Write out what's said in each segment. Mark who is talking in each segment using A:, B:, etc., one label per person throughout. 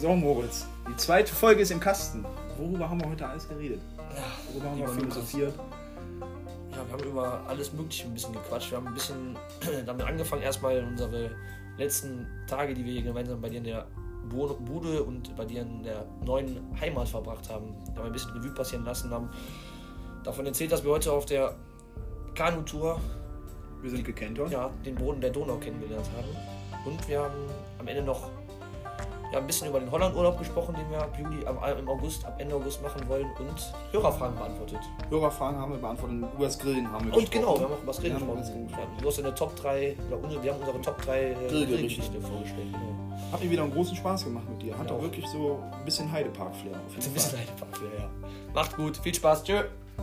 A: So, Moritz, die zweite Folge ist im Kasten. Worüber haben wir heute alles geredet? Worüber haben wir philosophiert?
B: Ja, wir haben über alles Mögliche ein bisschen gequatscht. Wir haben ein bisschen damit angefangen, erstmal unsere letzten Tage, die wir hier gemeinsam bei dir in der Bude und bei dir in der neuen Heimat verbracht haben. Da haben wir ein bisschen Revue passieren lassen, haben davon erzählt, dass wir heute auf der Kanutour den Boden der Donau kennengelernt haben. Und wir haben am Ende noch ein bisschen über den Holland-Urlaub gesprochen, den wir ab Ende August machen wollen, und Hörerfragen beantwortet.
A: Hörerfragen haben wir beantwortet, über das Grillen haben wir
B: gesprochen. Und genau, wir haben auch über das Grillen gesprochen. Du hast eine Top 3, wir haben unsere Top 3 Grillgeschichte vorgestellt. Genau.
A: Hat mir wieder einen großen Spaß gemacht mit dir. Hat auch wirklich so ein bisschen Heidepark-Flair.
B: Ein bisschen Heidepark-Flair, ja. Macht gut, viel Spaß, tschö!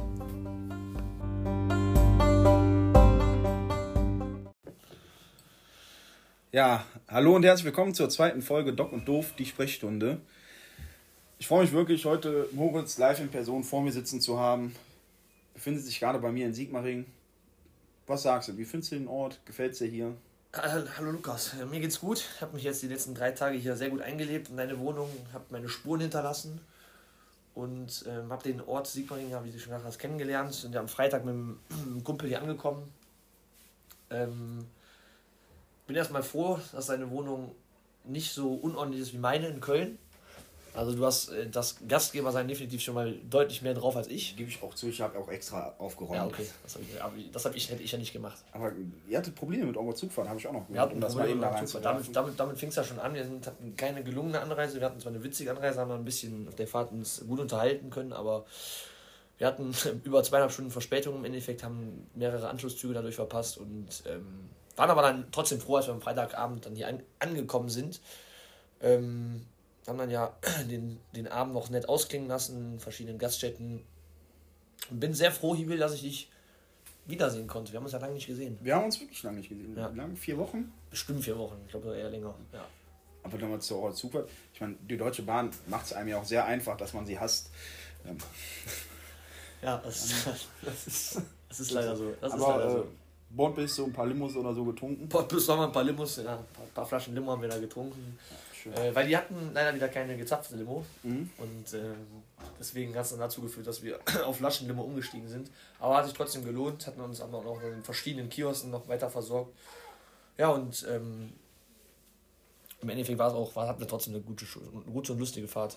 A: Ja, hallo und herzlich willkommen zur zweiten Folge Doc und Doof, die Sprechstunde. Ich freue mich wirklich, heute Moritz live in Person vor mir sitzen zu haben. Befindet sich gerade bei mir in Sigmaringen. Was sagst du, wie findest du den Ort? Gefällt es dir hier?
B: Hallo Lukas, mir geht's gut. Ich habe mich jetzt die letzten 3 Tage hier sehr gut eingelebt in deine Wohnung, habe meine Spuren hinterlassen und habe den Ort Sigmaringen, wie du schon gesagt hast, kennengelernt. Sind ja am Freitag mit einem Kumpel hier angekommen. Bin erstmal froh, dass deine Wohnung nicht so unordentlich ist wie meine in Köln. Also du hast das Gastgebersein definitiv schon mal deutlich mehr drauf als ich.
A: Gebe ich auch zu, ich habe auch extra aufgeräumt.
B: Ja, okay. Hätte ich ja nicht gemacht.
A: Aber ihr hattet Probleme mit eurer Zugfahrt, habe ich auch noch
B: gehört. Damit fing es ja schon an. Wir hatten keine gelungene Anreise. Wir hatten zwar eine witzige Anreise, haben ein bisschen auf der Fahrt uns gut unterhalten können, aber wir hatten über 2,5 Stunden Verspätung im Endeffekt, haben mehrere Anschlusszüge dadurch verpasst und waren aber dann trotzdem froh, als wir am Freitagabend dann hier angekommen sind. Haben dann ja den Abend noch nett ausklingen lassen in verschiedenen Gaststätten. Und bin sehr froh, Hibil, dass ich dich wiedersehen konnte. Wir haben uns ja lange nicht gesehen.
A: Wir haben uns wirklich lange nicht gesehen.
B: Ja.
A: Wie lange? 4 Wochen?
B: Bestimmt 4 Wochen. Ich glaube eher länger. Ja.
A: Aber damals zur Ort Zugfahrt. Ich meine, die Deutsche Bahn macht es einem ja auch sehr einfach, dass man sie hasst.
B: Ja, das ist leider so.
A: Bordbis, so ein paar Limos oder so getrunken?
B: Bordbis haben wir ein paar Limos, ja, ein paar Flaschen Limo haben wir da getrunken. Ja, weil die hatten leider wieder keine gezapfte Limo. Mhm. Und deswegen hat es dann dazu geführt, dass wir auf Flaschenlimo umgestiegen sind. Aber hat sich trotzdem gelohnt, haben uns auch noch in verschiedenen Kiosken noch weiter versorgt. Ja, und im Endeffekt hatten wir trotzdem eine gute und lustige Fahrt.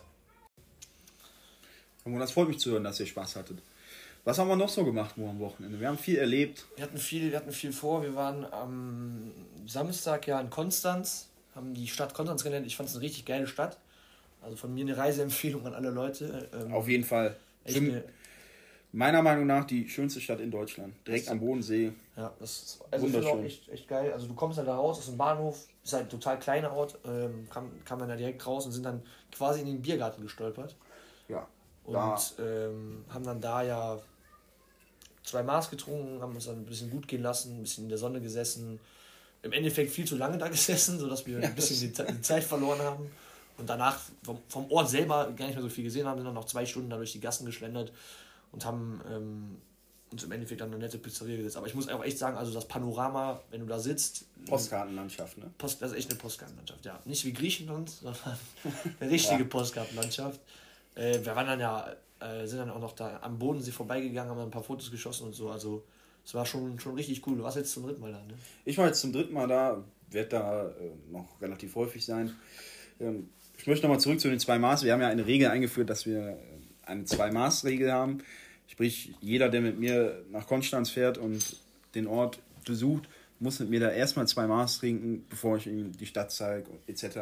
A: Und das freut mich zu hören, dass ihr Spaß hattet. Was haben wir noch so gemacht am Wochenende? Wir haben viel erlebt.
B: Wir hatten viel vor. Wir waren am Samstag ja in Konstanz, haben die Stadt Konstanz kennengelernt. Ich fand es eine richtig geile Stadt. Also von mir eine Reiseempfehlung an alle Leute.
A: Auf jeden Fall. Meiner Meinung nach die schönste Stadt in Deutschland. Direkt am Bodensee.
B: Ja, das ist wunderschön. Echt geil. Also du kommst halt da raus aus dem Bahnhof, ist halt ein total kleiner Ort, kam dann da direkt raus und sind dann quasi in den Biergarten gestolpert.
A: Ja.
B: Und haben dann da ja 2 Maß getrunken, haben uns dann ein bisschen gut gehen lassen, ein bisschen in der Sonne gesessen. Im Endeffekt viel zu lange da gesessen, sodass wir ein bisschen die Zeit verloren haben. Und danach vom Ort selber gar nicht mehr so viel gesehen haben, sind dann noch 2 Stunden da durch die Gassen geschlendert und haben uns im Endeffekt dann eine nette Pizzeria gesetzt. Aber ich muss auch echt sagen, also das Panorama, wenn du da sitzt...
A: Postkartenlandschaft, ne?
B: Das ist echt eine Postkartenlandschaft, ja. Nicht wie Griechenland, sondern eine richtige Postkartenlandschaft. Wir waren sind dann auch noch da am Bodensee vorbeigegangen, haben ein paar Fotos geschossen und so. Also es war schon richtig cool. Du warst jetzt zum 3. Mal da, ne?
A: Ich war jetzt zum 3. Mal da, werde da noch relativ häufig sein. Ich möchte nochmal zurück zu den 2 Maß. Wir haben ja eine Regel eingeführt, dass wir eine 2-Maß-Regel haben. Sprich, jeder, der mit mir nach Konstanz fährt und den Ort besucht, muss mit mir da erstmal 2 Maß trinken, bevor ich ihm die Stadt zeige, etc.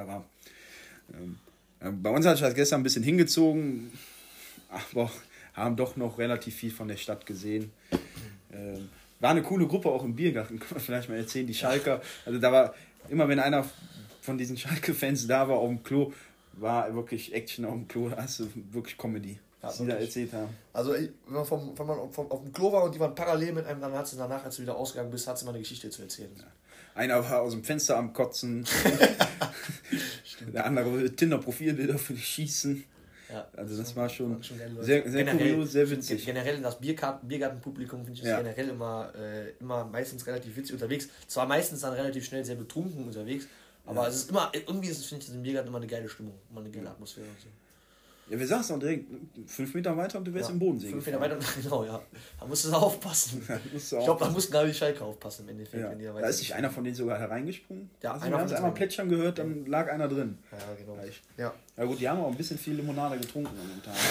A: Bei uns hat sich das gestern ein bisschen hingezogen, aber haben doch noch relativ viel von der Stadt gesehen. War eine coole Gruppe auch im Biergarten, kann man vielleicht mal erzählen, die Schalker. Also da war, immer wenn einer von diesen Schalke-Fans da war auf dem Klo, war wirklich Action auf dem Klo, also wirklich Comedy, was die da erzählt haben.
B: Also wenn man auf dem Klo war und die waren parallel mit einem, dann hat sie danach, als du wieder ausgegangen bist, hat sie mal eine Geschichte zu erzählen. Ja.
A: Einer war aus dem Fenster am Kotzen, der andere wollte Tinder-Profilbilder für die schießen. Ja, also das war schon sehr kurios, sehr witzig.
B: Generell das Biergartenpublikum finde ich generell immer meistens relativ witzig unterwegs. Zwar meistens dann relativ schnell sehr betrunken unterwegs, Aber es ist immer, irgendwie finde ich das im Biergarten immer eine geile Stimmung, immer eine geile Atmosphäre und so.
A: Ja, wir saßen auch direkt 5 Meter weiter und du wärst im Bodensee
B: 5 Meter weiter, genau, ja. Da musst du aufpassen. Ich glaube, da mussten gerade die Schalke aufpassen im Endeffekt.
A: Ja.
B: Wenn die
A: da ist sich einer von denen sogar hereingesprungen.
B: Ja,
A: also wir haben es einmal plätschern gehört, dann lag einer drin.
B: Ja, genau.
A: Ja. Ja gut, die haben auch ein bisschen viel Limonade getrunken an dem Tag.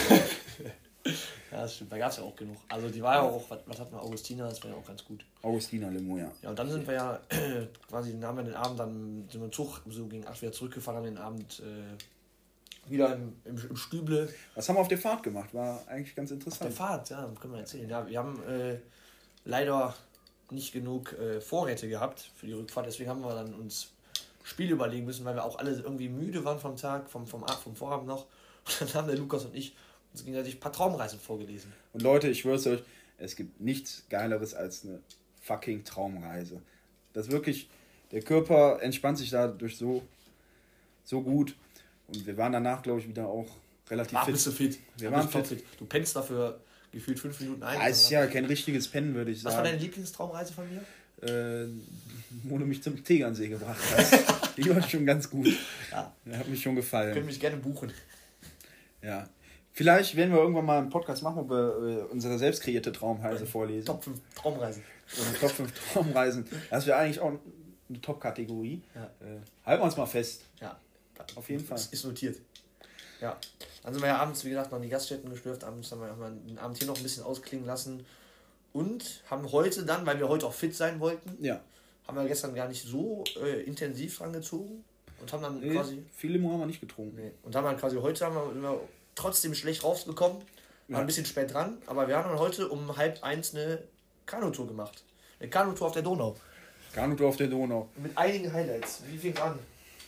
B: Ja, das stimmt, da gab es ja auch genug. Also die war ja auch, was hatten wir, Augustiner, das war ja auch ganz gut.
A: Augustiner Limo, ja.
B: Ja, und dann sind wir ja quasi, haben wir den Abend dann sind wir im Zug so gegen 8 wieder zurückgefahren, haben den Abend wieder im Stüble.
A: Was haben wir auf der Fahrt gemacht? War eigentlich ganz interessant.
B: Auf der Fahrt, ja, können wir erzählen. Ja, wir haben leider nicht genug Vorräte gehabt für die Rückfahrt, deswegen haben wir dann uns Spiele überlegen müssen, weil wir auch alle irgendwie müde waren vom Tag, vom Vorabend noch. Und dann haben der Lukas und ich uns gegenseitig ein paar Traumreisen vorgelesen.
A: Und Leute, ich schwör's euch, es gibt nichts Geileres als eine fucking Traumreise. Das wirklich, der Körper entspannt sich dadurch so gut. Und wir waren danach, glaube ich, wieder auch relativ fit.
B: Bist du fit?
A: Wir waren fit.
B: Du pennst dafür gefühlt 5 Minuten ein.
A: Ja, ist ja kein richtiges Pennen, würde ich sagen.
B: Was war deine Lieblingstraumreise von mir?
A: Wo du mich zum Tegernsee gebracht hast. Die war schon ganz gut.
B: Ja.
A: Hat mich schon gefallen.
B: Können mich gerne buchen.
A: Ja. Vielleicht werden wir irgendwann mal einen Podcast machen, wo wir unsere selbst kreierte Traumreise vorlesen.
B: Top 5 Traumreisen.
A: Top 5 Traumreisen. Das wäre eigentlich auch eine Top-Kategorie.
B: Ja.
A: Halten wir uns mal fest.
B: Ja.
A: Auf jeden Fall.
B: Ist notiert. Ja. Dann sind wir ja abends, wie gesagt, noch in die Gaststätten geschlürft. Abends haben wir den Abend hier noch ein bisschen ausklingen lassen. Und haben heute dann, weil wir heute auch fit sein wollten, haben wir gestern gar nicht so intensiv dran gezogen. Und haben dann quasi...
A: Viel Limo haben wir nicht getrunken.
B: Nee. Und haben dann quasi heute sind wir trotzdem schlecht rausgekommen. War ein bisschen spät dran. Aber wir haben dann heute um 12:30 eine Kanutour gemacht. Eine Kanutour auf der Donau.
A: Kanutour auf der Donau.
B: Mit einigen Highlights. Wie fing es an?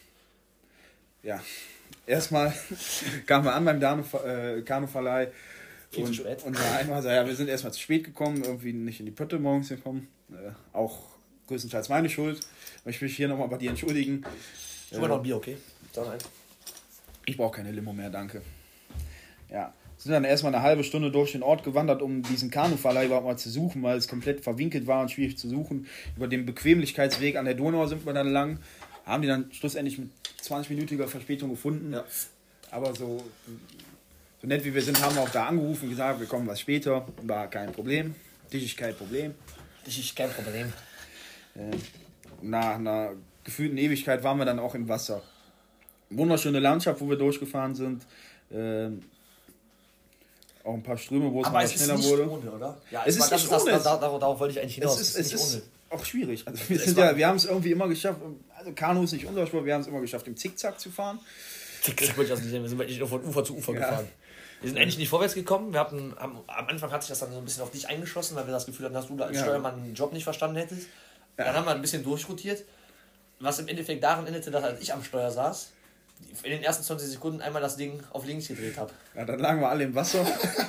A: Ja, erstmal kamen wir an beim Kanuverleih.
B: Viel zu spät.
A: Und der einmal ja, wir sind erstmal zu spät gekommen, irgendwie nicht in die Pötte morgens gekommen. Auch größtenteils meine Schuld. Ich möchte mich hier nochmal bei dir entschuldigen.
B: Ich noch ein Bier, okay? Dann ein.
A: Ich brauche keine Limo mehr, danke. Ja, sind dann erstmal eine halbe Stunde durch den Ort gewandert, um diesen Kanuverleih überhaupt mal zu suchen, weil es komplett verwinkelt war und schwierig zu suchen. Über den Bequemlichkeitsweg an der Donau sind wir dann lang. Haben die dann schlussendlich mit 20-minütiger Verspätung gefunden. Ja. Aber so nett wie wir sind, haben wir auch da angerufen und gesagt, wir kommen was später. War kein Problem. Dich ist kein Problem.
B: Dich ist kein Problem.
A: Nach einer gefühlten Ewigkeit waren wir dann auch im Wasser. Wunderschöne Landschaft, wo wir durchgefahren sind. Auch ein paar Ströme, wo es mal schneller wurde.
B: Aber es ist nicht ohne, oder? Ja,
A: es ist nicht ohne.
B: Darauf wollte ich eigentlich hinaus.
A: Es ist auch schwierig. Also wir haben es irgendwie immer geschafft, also Kanu ist nicht unser Sport, wir haben es immer geschafft, im Zickzack zu fahren.
B: Zickzack wollte ich also nicht sehen, wir sind wirklich nur von Ufer zu Ufer gefahren. Wir sind eigentlich nicht vorwärts gekommen. Wir hatten, am Anfang hat sich das dann so ein bisschen auf dich eingeschossen, weil wir das Gefühl hatten, dass du da als Steuermann den Job nicht verstanden hättest. Ja. Dann haben wir ein bisschen durchrotiert, was im Endeffekt darin endete, dass als ich am Steuer saß, in den ersten 20 Sekunden einmal das Ding auf links gedreht habe.
A: Ja, dann lagen wir alle im Wasser.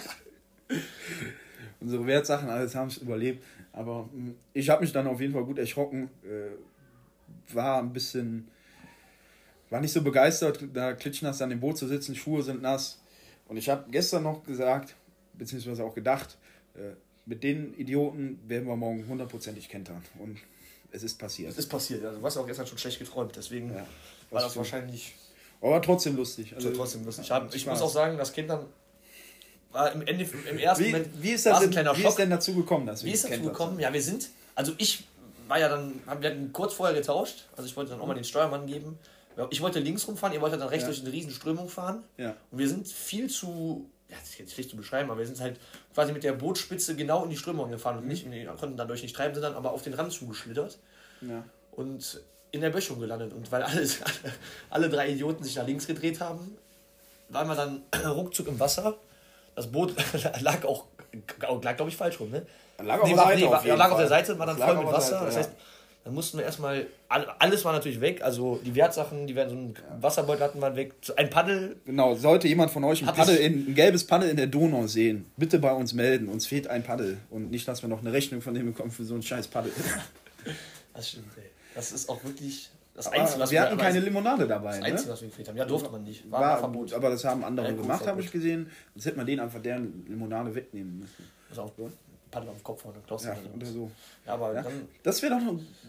A: Unsere Wertsachen, alles haben es überlebt. Aber ich habe mich dann auf jeden Fall gut erschrocken. War nicht so begeistert, da klitschnass an dem Boot zu sitzen, Schuhe sind nass. Und ich habe gestern noch gesagt, beziehungsweise auch gedacht, mit den Idioten werden wir morgen 100%ig kentern. Und es ist passiert.
B: Es ist passiert, ja. Du hast auch gestern schon schlecht geträumt, deswegen war das wahrscheinlich...
A: Aber trotzdem lustig.
B: Also trotzdem lustig. Ich muss auch sagen, das Kentern war im ersten Moment...
A: Wie ist es denn dazu gekommen, dass wir
B: Wie ist dazu gekommen? Ja, ich war ja dann... Wir hatten kurz vorher getauscht, also ich wollte dann auch mal den Steuermann geben. Ich wollte links rumfahren, ihr wolltet dann rechts durch eine riesen Strömung fahren. Ja. Und wir sind viel zu... Ja, das ist jetzt schlecht zu beschreiben, aber wir sind halt quasi mit der Bootspitze genau in die Strömung gefahren und konnten dadurch nicht treiben, sind dann aber auf den Rand zugeschlittert. Ja. Und in der Böschung gelandet. Und weil alle 3 Idioten sich nach links gedreht haben, waren wir dann ruckzuck im Wasser. Das Boot lag, glaube ich, falsch rum, ne?
A: Lag auf
B: der Seite und war dann voll mit Wasser. Das heißt, dann mussten wir erstmal, alles war natürlich weg, also die Wertsachen, so ein Wasserbeutel hatten wir weg, ein Paddel.
A: Genau, sollte jemand von euch ein gelbes Paddel in der Donau sehen, bitte bei uns melden, uns fehlt ein Paddel und nicht, dass wir noch eine Rechnung von dem bekommen für so ein scheiß Paddel.
B: Das stimmt, ey. Das ist auch wirklich das
A: Einzige, was wir hatten keine Limonade dabei.
B: Das Einzige, was wir gefehlt haben. Ja, durfte man nicht.
A: War Verbot. Aber das haben andere gemacht, habe ich gesehen. Sonst hätte man denen einfach deren Limonade wegnehmen müssen.
B: Also auch Paddel auf dem Kopf vorne.
A: Ja, oder so.
B: Ja, aber dann...
A: Das wäre doch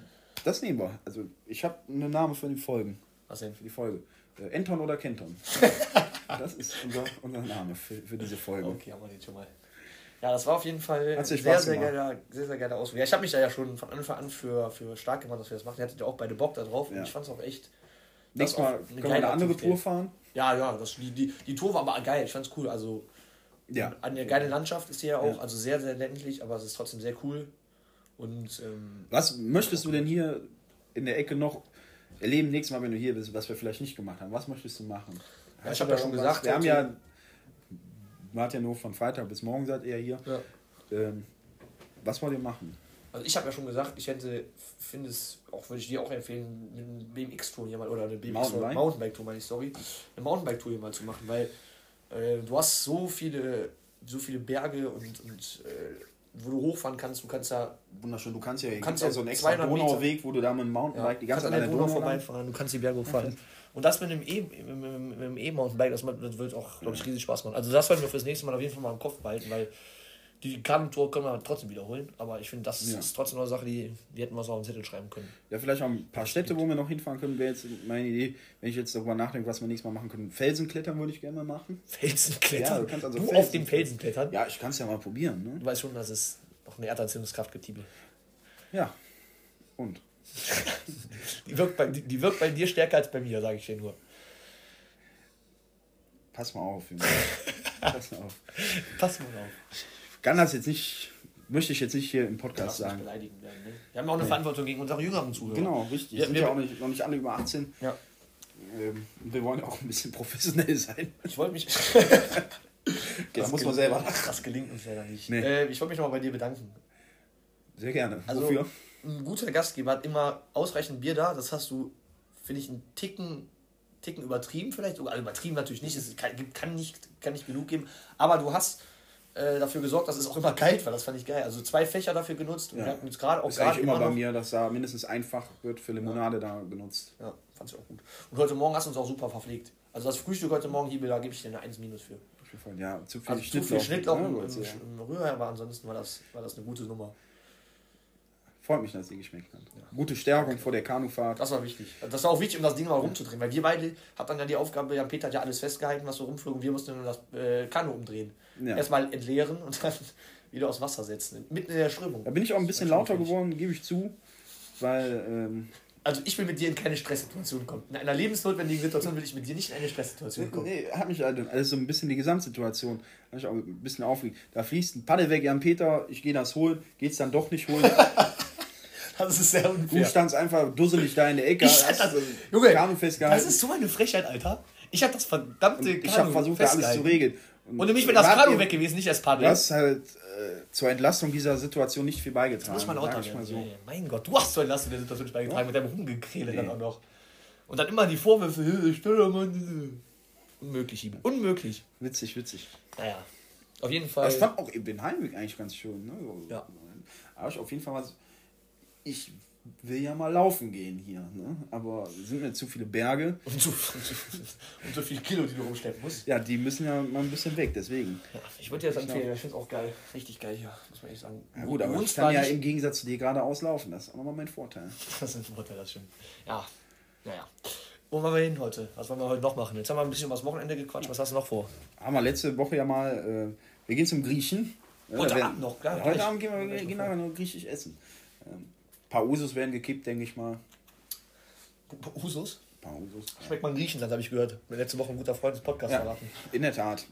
A: Das nehmen wir. Also ich habe einen Namen für die Folgen.
B: Was denn?
A: Für die Folge. Anton oder Kenton. Das ist unser Name für diese Folge.
B: Okay, haben wir den schon mal. Ja, das war auf jeden Fall
A: Hat sich
B: sehr,
A: Spaß
B: sehr
A: gemacht.
B: geiler Ausflug. Ja, ich habe mich da ja schon von Anfang an für stark gemacht, dass wir das machen. Ihr hattet ja auch beide Bock da drauf und ich fand es auch echt.
A: Nächstes Mal können wir eine andere Tour fahren.
B: Ja, die Tour war aber geil. Ich fand's cool. Also eine geile Landschaft ist hier ja auch. Also sehr, sehr ländlich, aber es ist trotzdem sehr cool. Und
A: was möchtest du denn hier in der Ecke noch erleben nächstes Mal, wenn du hier bist, was wir vielleicht nicht gemacht haben? Was möchtest du machen?
B: Ja, ich habe ja schon gesagt,
A: wir haben ja, wart ja nur von Freitag bis morgen seid ihr hier.
B: Ja.
A: Was wollt ihr machen?
B: Also ich habe ja schon gesagt, finde es, würde ich dir auch empfehlen, mit einem BMX-Tour hier mal, oder eine Mountainbike-Tour, meine ich, sorry, eine Mountainbike-Tour hier mal zu machen, weil du hast so viele Berge und wo du hochfahren kannst, du kannst ja...
A: Wunderschön, du kannst ja
B: so
A: einen extra Donauweg, wo du da mit dem Mountainbike die ganze Zeit an der Donau
B: vorbeifahren, du kannst die Berge hochfahren. Und das mit dem E-Mountainbike, das wird auch, glaube ich, riesig Spaß machen. Also das werden wir fürs nächste Mal auf jeden Fall mal im Kopf behalten, weil die Kanutour können wir trotzdem wiederholen, aber ich finde, das ist trotzdem eine Sache, die hätten wir so auf den Zettel schreiben können. Ja,
A: vielleicht auch ein paar Städte, wo wir noch hinfahren können, wäre jetzt meine Idee, wenn ich jetzt darüber nachdenke, was wir nächstes Mal machen können. Felsenklettern würde ich gerne mal machen.
B: Felsenklettern?
A: Ja, du kannst also
B: auf dem Felsen klettern?
A: Ja, ich kann es ja mal probieren. Ne?
B: Du weißt schon, dass es noch eine Erdanziehungskraft gibt, Tibi.
A: Ja, und?
B: Die wirkt bei dir stärker als bei mir, sage ich dir nur.
A: Pass mal auf, Junge. Pass mal auf.
B: Pass mal auf.
A: Kann das jetzt nicht, möchte ich jetzt nicht hier im Podcast sagen.
B: Beleidigen werden, ne? Wir haben auch eine Verantwortung gegen unsere jüngeren Zuhörer.
A: Genau, richtig. Wir sind ja auch noch nicht alle über 18.
B: Ja.
A: Wir wollen auch ein bisschen professionell sein.
B: Ich wollte mich...
A: Das muss man selber.
B: Das gelingt uns leider nicht.
A: Nee.
B: Ich wollte mich nochmal bei dir bedanken.
A: Sehr gerne.
B: Also,
A: wofür?
B: Ein guter Gastgeber hat immer ausreichend Bier da. Das hast du, finde ich, einen Ticken übertrieben vielleicht. Also übertrieben natürlich nicht. Es kann nicht genug geben. Aber du hast dafür gesorgt, dass es auch immer kalt war. Das fand ich geil. Also 2 Fächer dafür genutzt. Und wir hatten jetzt gerade
A: immer bei mir, dass da mindestens ein Fach wird für Limonade da genutzt.
B: Ja, fand ich auch gut. Und heute Morgen hast du uns auch super verpflegt. Also das Frühstück heute Morgen hier, da gebe ich dir eine 1- für.
A: Ja, zu viel
B: Schnittlauch im Rührei, aber ansonsten war das eine gute Nummer.
A: Freut mich, dass es dir geschmeckt hat. Ja. Gute Stärkung vor der Kanufahrt.
B: Das war wichtig. Das war auch wichtig, um das Ding mal rumzudrehen, weil wir beide hatten dann ja die Aufgabe, Peter hat ja alles festgehalten, was so rumflog, und wir mussten dann das Kanu umdrehen. Ja. Erstmal entleeren und dann wieder aufs Wasser setzen. Mitten in der Strömung.
A: Da bin ich auch ein bisschen lauter geworden, gebe ich zu, weil...
B: Also ich will mit dir in keine Stresssituation kommen. In einer lebensnotwendigen Situation will ich mit dir nicht in eine Stresssituation kommen.
A: Nee, hat mich also ein bisschen die Gesamtsituation, habe ich auch ein bisschen aufgeregt. Da fließt ein Paddel weg an Peter, ich gehe das holen, geht's dann doch nicht holen.
B: Das ist sehr unfair.
A: Du standst einfach dusselig da in der Ecke.
B: Junge, das ist so eine Frechheit, Alter. Ich habe das verdammte Kanu
A: ich habe versucht, da alles zu regeln.
B: Und mich wäre das Kanu weg gewesen, nicht das Paddel.
A: Du hast halt zur Entlastung dieser Situation nicht viel beigetragen.
B: Das muss man lauter werden. So. Mein Gott, du hast zur Entlastung der Situation nicht beigetragen, mit deinem Rumgekräle dann auch noch. Und dann immer die Vorwürfe, Unmöglich.
A: Witzig.
B: Naja, auf jeden Fall.
A: Ich fand auch den Heimweg eigentlich ganz schön. Ne?
B: Ja.
A: Aber auf jeden Fall was. Ich will ja mal laufen gehen hier, ne? Aber sind mir zu viele Berge.
B: Und so viele Kilo, die du rumschleppen musst.
A: Ja, die müssen ja mal ein bisschen weg, deswegen.
B: Ja, ich würde dir das empfehlen, ich finde es auch geil. Richtig geil hier, muss man echt sagen.
A: Ja gut, aber ich kann ja im Gegensatz zu dir geradeaus laufen. Das ist auch nochmal mein Vorteil.
B: Das ist ein Vorteil, das stimmt. Ja, naja. Wo wollen wir hin heute? Was wollen wir heute noch machen? Jetzt haben wir ein bisschen über das Wochenende gequatscht. Was hast du noch vor?
A: Haben wir letzte Woche ja mal... wir gehen zum Griechen.
B: Heute Abend noch, klar.
A: Heute Abend gehen wir nachher noch griechisch essen. Ein paar Usos werden gekippt, denke ich mal.
B: Usos?
A: Ein paar Usos.
B: Schmeckt man Griechenland, habe ich gehört. Mir letzte Woche ein guter Freund des Podcasts verraten.
A: In der Tat.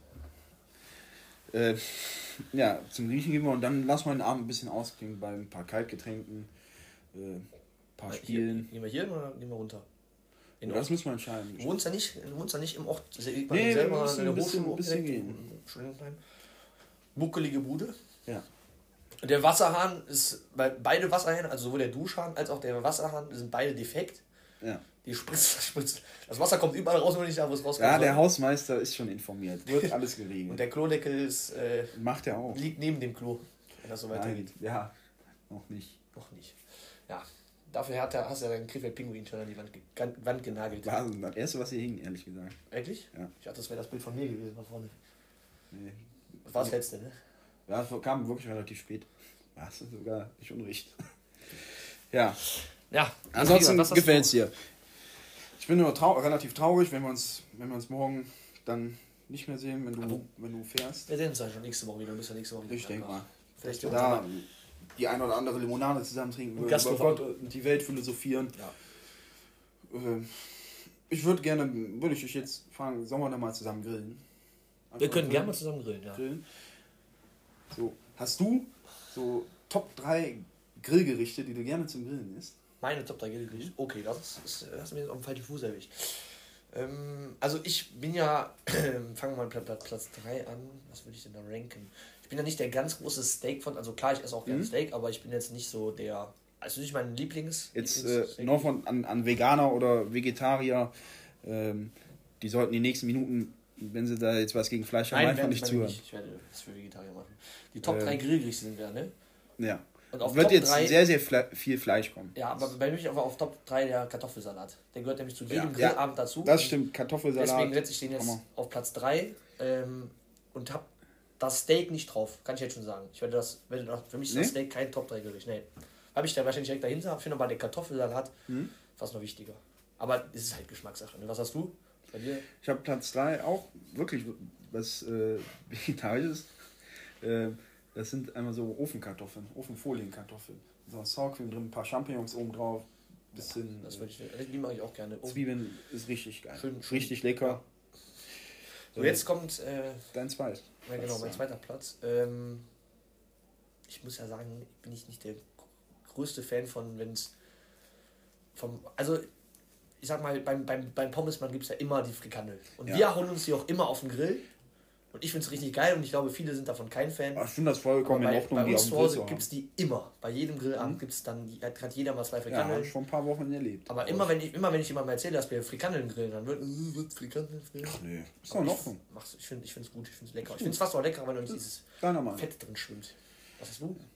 A: Ja, zum Griechen gehen wir und dann lassen wir den Abend ein bisschen ausklingen bei ein paar Kaltgetränken, ein paar Spielen.
B: Gehen wir hier oder gehen wir runter?
A: Das müssen wir entscheiden.
B: Du wohnst ja nicht im Ort.
A: Nee, wir müssen ein bisschen gehen.
B: Buckelige Bude.
A: Ja.
B: Der Wasserhahn ist, beide Wasserhähne, also sowohl der Duschhahn als auch der Wasserhahn, sind beide defekt.
A: Ja.
B: Die spritzt. Das Wasser kommt überall raus, nur nicht da, wo es rauskommt.
A: Ja, der Hausmeister ist schon informiert. Wird alles geregelt.
B: Und der Klodeckel ist,
A: macht er auch.
B: Liegt neben dem Klo, wenn das so weitergeht.
A: Ja, noch nicht.
B: Ja, dafür hast du ja deinen Krefeld-Pinguin schon an die Wand genagelt.
A: War das erste, was hier hing, ehrlich gesagt.
B: Wirklich?
A: Ja.
B: Ich dachte, das wäre das Bild von mir gewesen, da vorne.
A: Nee.
B: Das war das letzte, ne?
A: Ja, das kam wirklich relativ spät. Hast du sogar nicht unrecht. Ja.
B: Ja.
A: Ansonsten gefällt es dir. Ich bin nur relativ traurig, wenn wir uns morgen dann nicht mehr sehen, wenn du fährst.
B: Wir sehen uns ja schon nächste Woche wieder. Du bist ja nächste Woche wieder.
A: Ich denke mal.
B: Vielleicht
A: dass wir da die eine oder andere Limonade zusammen trinken würden, über Gott und die Welt philosophieren. Ja. Ich würde dich jetzt fragen, sollen wir da mal zusammen grillen?
B: Wir können gerne mal zusammen grillen, ja.
A: So, hast du so Top 3 Grillgerichte, die du gerne zum Grillen isst?
B: Meine Top 3 Grillgerichte? Okay, das hast du mir jetzt auf den falschen Fuß erwischt. Also ich bin ja, fangen wir mal Platz 3 an, was würde ich denn da ranken? Ich bin ja nicht der ganz große Steak von, also klar, ich esse auch gerne Steak, aber ich bin jetzt nicht so also nicht mein
A: Jetzt noch an Veganer oder Vegetarier, die sollten die nächsten Minuten, wenn sie da jetzt was gegen Fleisch haben, einfach nicht zuhören.
B: Ich werde das für Vegetarier machen. Die Top 3 Grillgerichte sind wir, ne?
A: Ja.
B: Und auf
A: wird
B: Top
A: jetzt
B: 3,
A: sehr, sehr viel Fleisch kommen.
B: Ja, aber bei mir auf Top 3 der Kartoffelsalat. Der gehört nämlich zu jedem Grillabend dazu.
A: Das stimmt, Kartoffelsalat.
B: Deswegen setze ich den jetzt auf Platz 3 und habe das Steak nicht drauf. Kann ich jetzt schon sagen. Für mich ist das Steak kein Top 3 Gericht. Nee. Habe ich da wahrscheinlich direkt dahinter. Ich finde aber der Kartoffelsalat fast noch wichtiger. Aber es ist halt Geschmackssache. Was hast du bei dir?
A: Ich habe Platz 3 auch wirklich was Vegetarisches. Das sind einmal so Ofenkartoffeln, Ofenfolienkartoffeln. So ein Sourcream drin, ein paar Champignons oben drauf. Bisschen.
B: Die mache ich auch gerne.
A: Zwiebeln ist richtig geil.
B: Schön,
A: richtig lecker.
B: Ja. So, jetzt kommt.
A: Dein zweites.
B: Ja, genau, mein zweiter Platz. Ich muss ja sagen, bin ich nicht der größte Fan von, wenn es also ich sag mal, beim Pommesmann gibt es ja immer die Frikandel. Und wir holen uns die auch immer auf den Grill. Und ich finde es richtig geil und ich glaube, viele sind davon kein Fan.
A: Ich finde das vollkommen in Ordnung,
B: bei uns zu Hause gibt es die immer. Bei jedem Grillabend gibt es dann, hat jeder mal 2 Frikandeln. Ja,
A: habe ich vor ein paar Wochen erlebt.
B: Aber immer wenn ich jemandem erzähle, dass wir Frikandeln grillen, dann wird Frikandeln grillen.
A: Ach nee, ist doch in Ordnung.
B: Ich finde es gut, ich finde es lecker. Ich finde es fast auch lecker, wenn nicht dieses Fett drin schwimmt. Was hast du?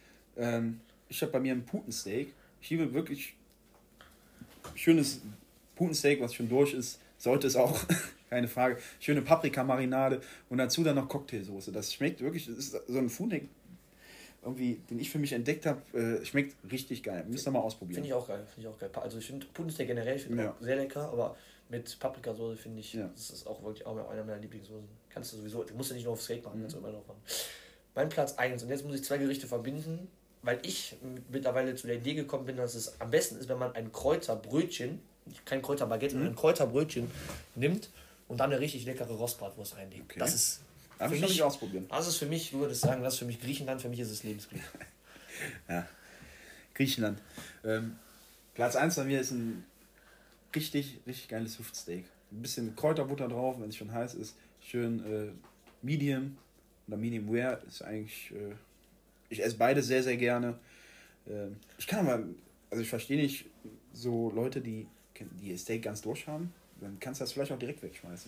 A: Ich habe bei mir ein Putensteak. Ich liebe wirklich schönes Putensteak, was schon durch ist. Sollte es auch, keine Frage. Schöne Paprikamarinade und dazu dann noch Cocktailsoße. Das schmeckt wirklich, das ist so ein Fooding, irgendwie, den ich für mich entdeckt habe, schmeckt richtig geil. Müsst ihr mal ausprobieren.
B: Finde ich auch geil. Also ich finde Putensteak generell auch sehr lecker, aber mit Paprikasoße finde ich, das ist auch wirklich auch einer meiner Lieblingssoßen. Kannst du sowieso, du musst ja nicht nur auf Steak machen, kannst du immer drauf machen. Mein Platz 1, und jetzt muss ich 2 Gerichte verbinden, weil ich mittlerweile zu der Idee gekommen bin, dass es am besten ist, wenn man ein Kräuterbrötchen, kein Kräuterbaguette, sondern ein Kräuterbrötchen nimmt und dann eine richtig leckere Rostbratwurst reinlegt. Okay. Das ist
A: für mich ausprobieren.
B: Das ist für mich, du würdest sagen, das ist für mich Griechenland, für mich ist es Lebensglück.
A: Ja, Griechenland. Platz 1 bei mir ist ein richtig geiles Hüftsteak. Ein bisschen Kräuterbutter drauf, wenn es schon heiß ist. Schön Medium oder Medium Rare ist eigentlich. Ich esse beide sehr, sehr gerne. Ich kann aber, also ich verstehe nicht so Leute, die Steak ganz durch haben, dann kannst du das vielleicht auch direkt wegschmeißen.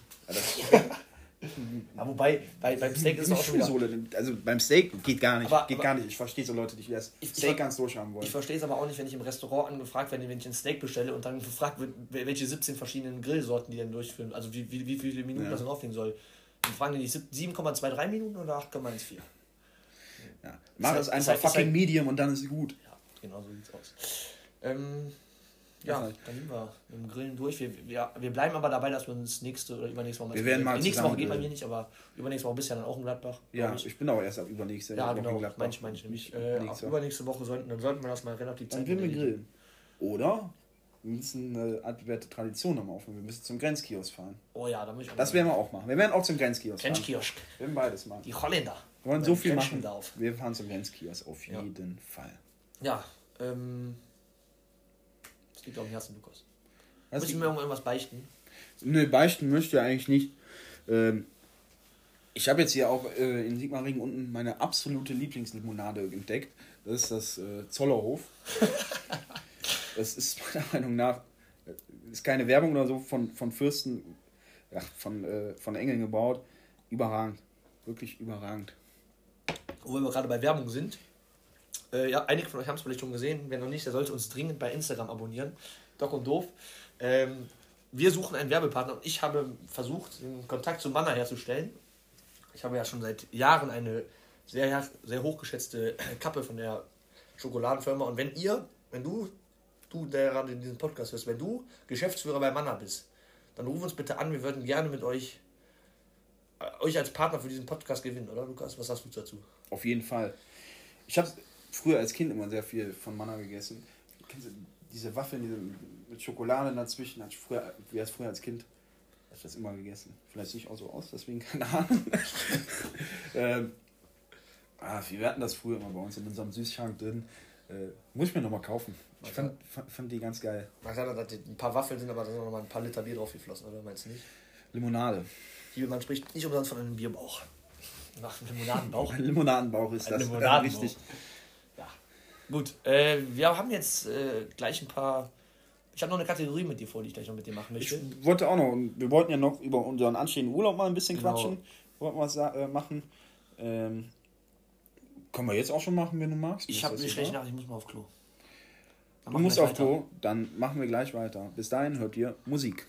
B: Ja, wobei, beim Steak ist es auch schon wieder...
A: Also beim Steak geht gar nicht. Gar nicht. Ich verstehe so Leute, die das Steak ganz durch haben wollen.
B: Ich verstehe es aber auch nicht, wenn ich im Restaurant angefragt werde, wenn ich ein Steak bestelle und dann gefragt wird, welche 17 verschiedenen Grillsorten die denn durchführen, also wie viele Minuten das dann auflegen soll. Dann fragen die 7,23 Minuten oder 8,14?
A: Ja. Mach es einfach fucking Medium und dann ist es gut.
B: Ja, genau so sieht's aus. Dann sind wir mit dem Grillen durch. Wir bleiben aber dabei, dass wir uns nächste oder übernächste Woche...
A: Wir werden mal
B: nächste Woche geht bei mir nicht, aber übernächste Woche bist du ja dann auch in Gladbach.
A: Ja, ich bin auch erst ab übernächste Woche
B: in Gladbach. Manche nämlich. Ab übernächste Woche sollten wir das mal relativ
A: zeitig... Dann werden wir grillen. Oder wir müssen eine altbewährte Tradition haben aufnehmen. Wir müssen zum Grenzkiosk fahren.
B: Oh ja, da muss ich auch
A: das werden wir auch machen. Wir werden auch zum Grenzkiosk fahren.
B: Grenzkiosk.
A: Wir werden beides machen.
B: Die Holländer.
A: Wir wollen so viel machen. Wir fahren zum Grenzkiosk auf jeden Fall.
B: Ja, das liegt auf dem Herzen, Lukas. Müssen wir irgendwas beichten?
A: Ne, beichten möchte ich eigentlich nicht. Ich habe jetzt hier auch in Sigmaringen unten meine absolute Lieblingslimonade entdeckt. Das ist das Zollerhof. Das ist meiner Meinung nach, ist keine Werbung oder so, von Fürsten, von Engeln gebaut. Überragend. Wirklich überragend.
B: Wo wir gerade bei Werbung sind. Einige von euch haben es vielleicht schon gesehen. Wer noch nicht, der sollte uns dringend bei Instagram abonnieren. Doc und Doof. Wir suchen einen Werbepartner und ich habe versucht, den Kontakt zu Manna herzustellen. Ich habe ja schon seit Jahren eine sehr, sehr hochgeschätzte Kappe von der Schokoladenfirma und wenn du du, der gerade in diesem Podcast hörst, wenn du Geschäftsführer bei Manna bist, dann ruf uns bitte an, wir würden gerne mit euch als Partner für diesen Podcast gewinnen, oder Lukas? Was sagst du dazu?
A: Auf jeden Fall. Ich habe früher als Kind immer sehr viel von Manna gegessen. Kennst du diese Waffeln mit Schokolade dazwischen? Wie als früher als Kind habe ich das immer gegessen. Vielleicht sehe ich auch so aus, deswegen keine Ahnung. Wir hatten das früher immer bei uns in unserem Süßschrank drin. Muss ich mir nochmal kaufen. Ich fand die ganz geil.
B: Man sagt, dass ein paar Waffeln sind, aber da sind noch mal ein paar Liter Bier drauf geflossen, oder meinst du nicht?
A: Limonade.
B: Man spricht nicht umsonst von einem Bierbauch. Nach einem Limonadenbauch.
A: Ein Limonadenbauch ist das.
B: Limonadenbauch.
A: Richtig.
B: Ja. Gut, wir haben jetzt gleich ein paar... Ich habe noch eine Kategorie mit dir vor, die ich gleich noch mit dir machen möchte.
A: Ich wollte auch noch, wir wollten ja noch über unseren anstehenden Urlaub mal ein bisschen quatschen. Wollten wir was machen. Können wir jetzt auch schon machen, wenn du magst?
B: Ich habe eine schlechte Nachricht, ich muss mal auf Klo.
A: Du musst auf Klo, dann machen wir gleich weiter. Bis dahin hört ihr Musik.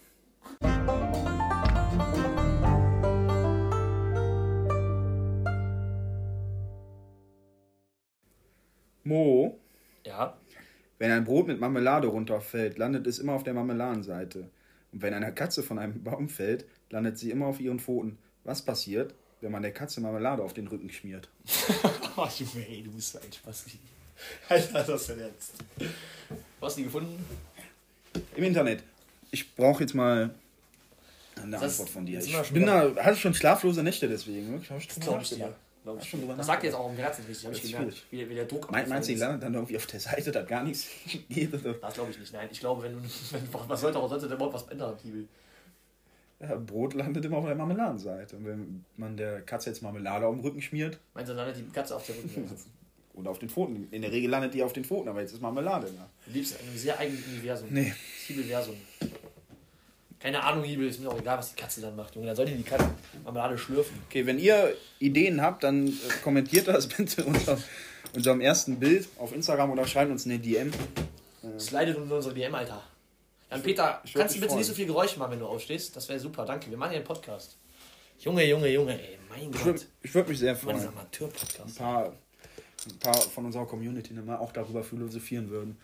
A: Mo?
B: Ja?
A: Wenn ein Brot mit Marmelade runterfällt, landet es immer auf der Marmeladenseite. Und wenn eine Katze von einem Baum fällt, landet sie immer auf ihren Pfoten. Was passiert, wenn man der Katze Marmelade auf den Rücken schmiert?
B: Oh, Junge, ey, du bist so ein Spasti. Alter, das ist ja jetzt. Wo hast du die gefunden?
A: Im Internet. Ich brauche jetzt mal eine Antwort von dir. Hatte schon schlaflose Nächte deswegen.
B: Das glaube ich dir. Das sagt jetzt auch im Herzen richtig, habe ich gemerkt. Wie der Druck
A: Meinst du, die landet dann irgendwie auf der Seite, da gar nichts geht?
B: Das glaube ich nicht, nein. Ich glaube, was sollte der überhaupt was ändern, Kiebel?
A: Ja, Brot landet immer auf der Marmeladenseite. Und wenn man der Katze jetzt Marmelade auf den Rücken schmiert...
B: Meinst du, landet die Katze auf der Rücken?
A: Oder auf den Pfoten. In der Regel landet die auf den Pfoten, aber jetzt ist Marmelade da.
B: Du liebst in einem sehr eigenen Universum.
A: Nee.
B: Hiebelversum. Keine Ahnung, Hiebel, ist mir auch egal, was die Katze dann macht. Junge, dann sollte die Katze Marmelade schlürfen.
A: Okay, wenn ihr Ideen habt, dann kommentiert das bitte unter unserem ersten Bild auf Instagram oder schreibt uns eine DM.
B: Slidet in unsere DM, Alter. Dann Peter, kannst du bitte nicht so viel Geräusche machen, wenn du aufstehst? Das wäre super, danke. Wir machen hier einen Podcast. Junge, ey, mein Gott.
A: Ich würde mich sehr freuen.
B: Ein Amateur-Podcast.
A: Ein paar von unserer Community mal auch darüber philosophieren würden.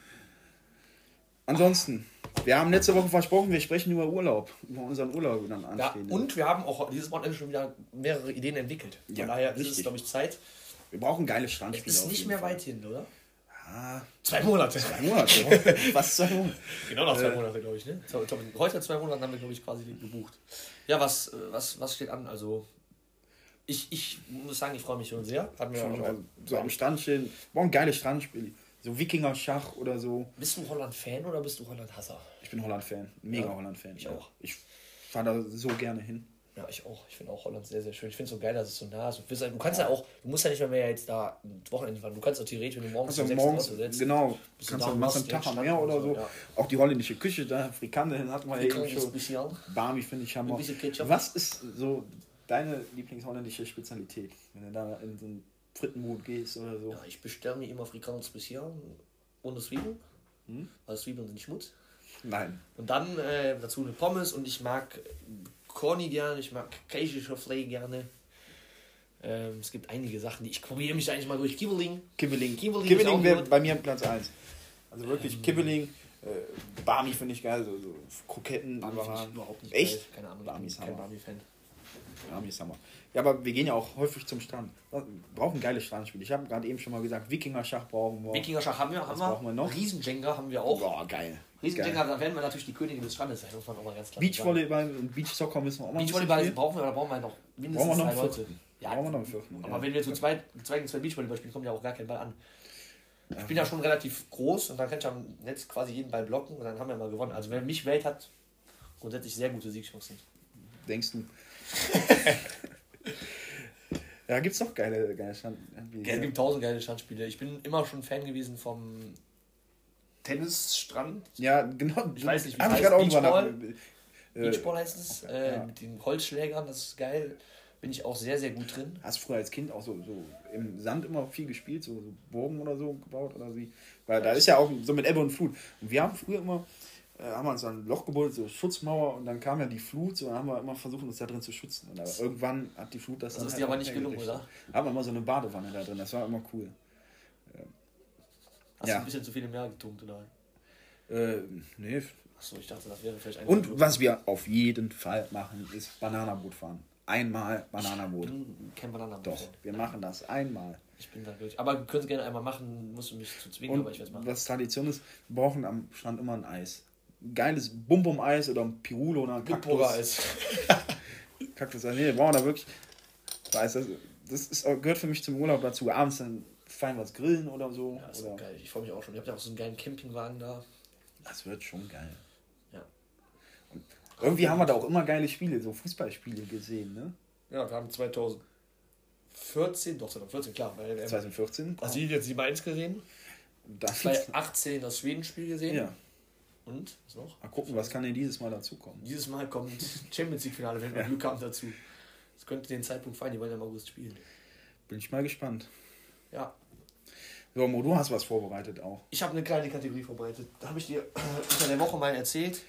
A: Ansonsten, wir haben letzte Woche versprochen, wir sprechen über Urlaub, über unseren Urlaub dann anstehen.
B: Ja, und wir haben auch dieses Wochenende schon wieder mehrere Ideen entwickelt. Von daher ist es, glaube ich, Zeit.
A: Wir brauchen geile Strandspiele.
B: Es ist nicht mehr weit hin, oder?
A: Ja.
B: 2 Monate.
A: Was 2 Monate?
B: Genau noch 2 Monate, glaube ich. Ne? Heute 2 Monate haben wir, glaube ich, quasi gebucht. Ja, was steht an? Also, ich muss sagen, ich freue mich schon sehr.
A: So am Strand stehen, brauchen geile Strandspiele. So Wikinger-Schach oder so.
B: Bist du Holland-Fan oder bist du Holland-Hasser?
A: Ich bin Holland-Fan. Mega Holland-Fan.
B: Ich auch.
A: Ich fahre da so gerne hin.
B: Ja, ich auch. Ich finde auch Holland sehr, sehr schön. Ich finde es so geil, dass es so nah ist. Du kannst ja auch, du musst ja nicht mehr jetzt da ein Wochenende fahren. Du kannst auch theoretisch, wenn du morgens um 6 Uhr setzt.
A: Genau. Kannst du am Tag am Meer oder so. Ja. Auch die holländische Küche, da Frikandel hatten wir eben schon. Barmi finde ich Hammer. Was ist so deine Lieblingsholländische Spezialität? Wenn du da in so einen Frittenmut gehst oder so.
B: Ja, ich bestelle mir immer Frikandel Special ohne Zwiebeln. Weil Zwiebeln sind Schmutz.
A: Nein.
B: Und dann dazu eine Pommes und ich mag Corny gerne, ich mag Käseschauflé gerne. Es gibt einige Sachen, ich probiere mich eigentlich mal durch. Kibbeling
A: wäre bei mir Platz 1. Also wirklich Kibbeling, Barmi finde ich geil, so Kroketten.
B: Barmi finde ich überhaupt nicht
A: echt?
B: Geil. Keine Ahnung,
A: Barmi ist
B: kein Barmi-Fan.
A: Barmi ist Hammer. Ja, aber wir gehen ja auch häufig zum Strand. Wir brauchen geile Strandspiele. Ich habe gerade eben schon mal gesagt, Wikinger-Schach brauchen wir.
B: Wikinger-Schach haben wir.
A: Brauchen wir noch?
B: Riesen-Jenga haben wir auch.
A: Boah, geil.
B: Riesen-Jenga, da werden wir natürlich die Königin des Strandes sein, muss man auch mal ganz klar
A: Beachvolleyball und Beachsoccer müssen wir auch mal
B: Beachvolleyball brauchen wir noch mindestens 3 Leute.
A: Ja, brauchen wir noch einen vierten.
B: Aber wenn wir zu zweit gegen zwei Beachvolleyball spielen, kommt ja auch gar kein Ball an. Ich bin ja schon relativ groß und dann kann ich am Netz quasi jeden Ball blocken und dann haben wir mal gewonnen. Also wer mich wählt, hat grundsätzlich sehr gute Siegchancen.
A: Denkst du? Ja, gibt's noch geile Strandspiele.
B: Ja, es gibt 1000 geile Strandspiele. Ich bin immer schon Fan gewesen vom Tennisstrand.
A: Ja, genau.
B: Ich weiß nicht, wie
A: es
B: heißt. Beachball heißt es. Mit den Holzschlägern, das ist geil. Bin ich auch sehr, sehr gut drin.
A: Hast du früher als Kind auch so im Sand immer viel gespielt, so Burgen oder so gebaut oder wie? Weil da ist ja auch so mit Ebbe und Flut. Und wir haben früher immer, haben wir uns ein Loch gebaut, so Schutzmauer und dann kam ja die Flut, so dann haben wir immer versucht, uns da drin zu schützen. Und irgendwann hat die Flut das dann.
B: Das ist dir aber nicht gelungen, oder?
A: Haben wir immer so eine Badewanne da drin, das war immer cool.
B: Hast du ein bisschen zu viel im Meer getunkt, oder?
A: Nee.
B: Achso, ich dachte, das wäre vielleicht ein...
A: Und was wir auf jeden Fall machen, ist Bananaboot fahren. Einmal Bananaboot.
B: Ich bin kein Bananaboot.
A: Doch, wir machen das einmal.
B: Ich bin da wirklich... Aber wir können es gerne einmal machen, musst du mich zu zwingen,
A: Und
B: aber ich werde es machen.
A: was Tradition ist, wir brauchen am Strand immer ein Eis. Ein geiles Bum-Bum-Eis oder ein Pirulo oder ein
B: Kaktus.
A: Kaktus. Nee, wir brauchen da wirklich... Das gehört für mich zum Urlaub dazu. Abends dann fein was grillen oder so.
B: Ja, ist
A: oder
B: auch geil. Ich freue mich auch schon. Ihr habt ja auch so einen geilen Campingwagen da.
A: Das wird schon geil.
B: Ja.
A: Und irgendwie haben wir da auch immer geile Spiele, so Fußballspiele gesehen, ne?
B: Ja, wir haben 2014, klar.
A: 2014?
B: Hast du jetzt 7-1 gesehen? 2018 das Schwedenspiel gesehen.
A: Ja.
B: Und? Was noch?
A: Mal gucken, was kann denn dieses Mal dazu kommen?
B: Dieses Mal kommt Champions League-Finale, wenn wir Glück haben dazu. Das könnte den Zeitpunkt fallen, die wollen ja im August spielen.
A: Bin ich mal gespannt.
B: Ja.
A: So, Mo, du hast was vorbereitet auch.
B: Ich habe eine kleine Kategorie vorbereitet. Da habe ich dir unter der Woche mal erzählt,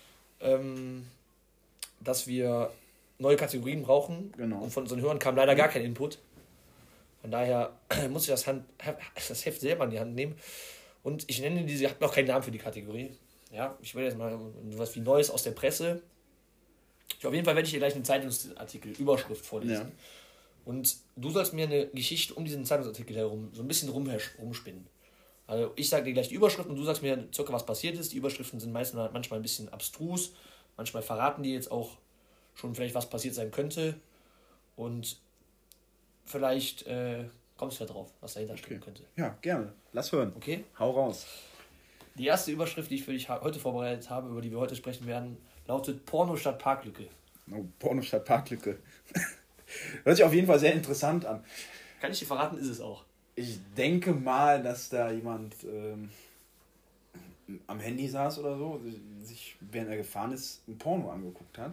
B: dass wir neue Kategorien brauchen.
A: Genau.
B: Und von unseren Hörern kam leider gar kein Input. Von daher muss ich das Heft selber in die Hand nehmen. Und ich nenne diese, ich habe noch keinen Namen für die Kategorie. Ja, ich will jetzt mal sowas wie Neues aus der Presse. Auf jeden Fall werde ich dir gleich einen Zeitungsartikel, Überschrift vorlesen. Ja. Und du sollst mir eine Geschichte um diesen Zeitungsartikel herum so ein bisschen rumspinnen. Also ich sage dir gleich die Überschrift und du sagst mir circa, was passiert ist. Die Überschriften sind manchmal ein bisschen abstrus. Manchmal verraten die jetzt auch schon vielleicht, was passiert sein könnte. Und vielleicht kommst du ja drauf, was dahinter stehen könnte.
A: Ja, gerne. Lass hören.
B: Okay?
A: Hau raus.
B: Die erste Überschrift, die ich für dich heute vorbereitet habe, über die wir heute sprechen werden, lautet Porno statt Parklücke.
A: Oh, Porno statt Parklücke. Hört sich auf jeden Fall sehr interessant an.
B: Kann ich dir verraten, ist es auch.
A: Ich denke mal, dass da jemand am Handy saß oder so, sich, während er gefahren ist, ein Porno angeguckt hat.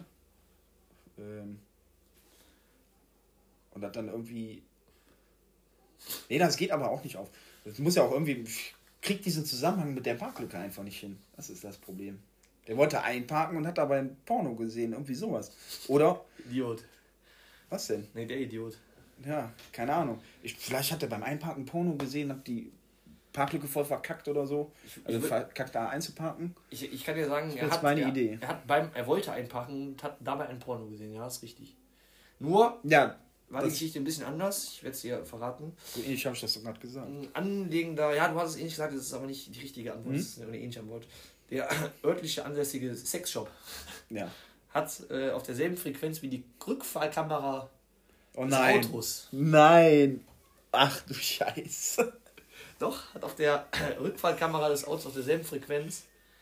A: Und hat dann irgendwie... Nee, das geht aber auch nicht auf. Das muss ja auch irgendwie... Kriegt diesen Zusammenhang mit der Parklücke einfach nicht hin. Das ist das Problem. Der wollte einparken und hat dabei ein Porno gesehen. Irgendwie sowas. Oder?
B: Idiot.
A: Was denn?
B: Nee, der Idiot.
A: Ja, keine Ahnung. Vielleicht hat er beim Einparken Porno gesehen, hat die Parklücke voll verkackt oder so. Also verkackt da einzuparken.
B: Ich kann dir sagen,
A: Idee.
B: Er wollte einparken und hat dabei ein Porno gesehen. Ja, ist richtig. Nur... Ja. War die Geschichte ein bisschen anders, ich werde es dir verraten.
A: So ähnlich habe ich das doch gerade gesagt.
B: Ein anlegender, ja, du hast es ähnlich gesagt, das ist aber nicht die richtige Antwort, das ist eine ähnliche Antwort. Der örtliche ansässige Sexshop hat auf derselben Frequenz wie die Rückfahrkamera des Autos.
A: Nein! Ach du Scheiße.
B: Doch, hat auf der Rückfahrkamera des Autos auf derselben Frequenz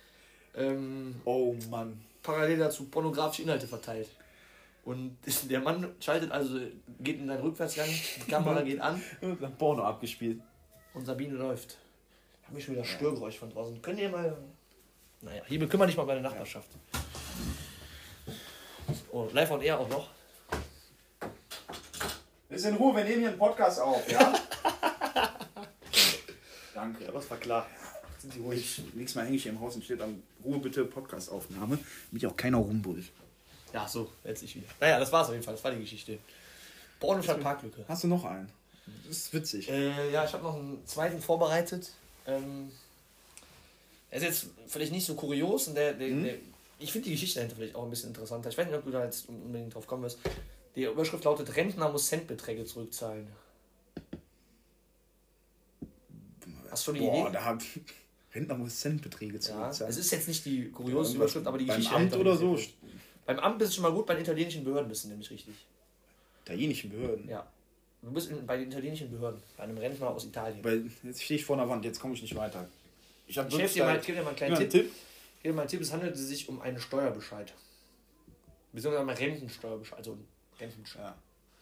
A: oh Mann.
B: Parallel dazu pornografische Inhalte verteilt. Und der Mann geht in seinen Rückwärtsgang, die Kamera geht an.
A: Und dann Porno abgespielt.
B: Und Sabine läuft. Ich habe mich schon wieder Störgeräusch von draußen. Könnt ihr mal... Naja, hier bekümmere dich mal um meine Nachbarschaft. Oh, live on air auch noch.
A: Ist in Ruhe, wir nehmen hier einen Podcast auf, ja? Danke.
B: Ja, das war klar.
A: Sind Sie ruhig. Nächstes Mal hänge ich hier im Haus und steht dann Ruhe bitte, Podcast-Aufnahme, damit auch keiner rumbullt.
B: Ja, so, jetzt ich wieder. Naja, das war's auf jeden Fall, das war die Geschichte. Porno statt Parklücke.
A: Hast du noch einen? Das ist witzig.
B: Ja, ich habe noch einen zweiten vorbereitet. Er ist jetzt vielleicht nicht so kurios und ich finde die Geschichte dahinter vielleicht auch ein bisschen interessanter. Ich weiß nicht, ob du da jetzt unbedingt drauf kommen wirst. Die Überschrift lautet: Rentner muss Centbeträge zurückzahlen. Hast du schon die Idee?
A: Rentner muss Centbeträge zurückzahlen.
B: Ja, es ist jetzt nicht die kuriose Überschrift, aber die Geschichte.
A: Beim Amt oder so?
B: Beim Amt bist du schon mal gut, bei den italienischen Behörden bist du nämlich richtig.
A: Italienischen Behörden?
B: Ja. Du bist bei den italienischen Behörden, bei einem Rentner aus Italien.
A: Jetzt stehe ich vor der Wand, jetzt komme ich nicht weiter. Ich gebe
B: dir mal einen kleinen Tipp. Gib dir mal einen Tipp, es handelt sich um einen Steuerbescheid. Beziehungsweise um einen Rentensteuerbescheid, also Rentensteuer.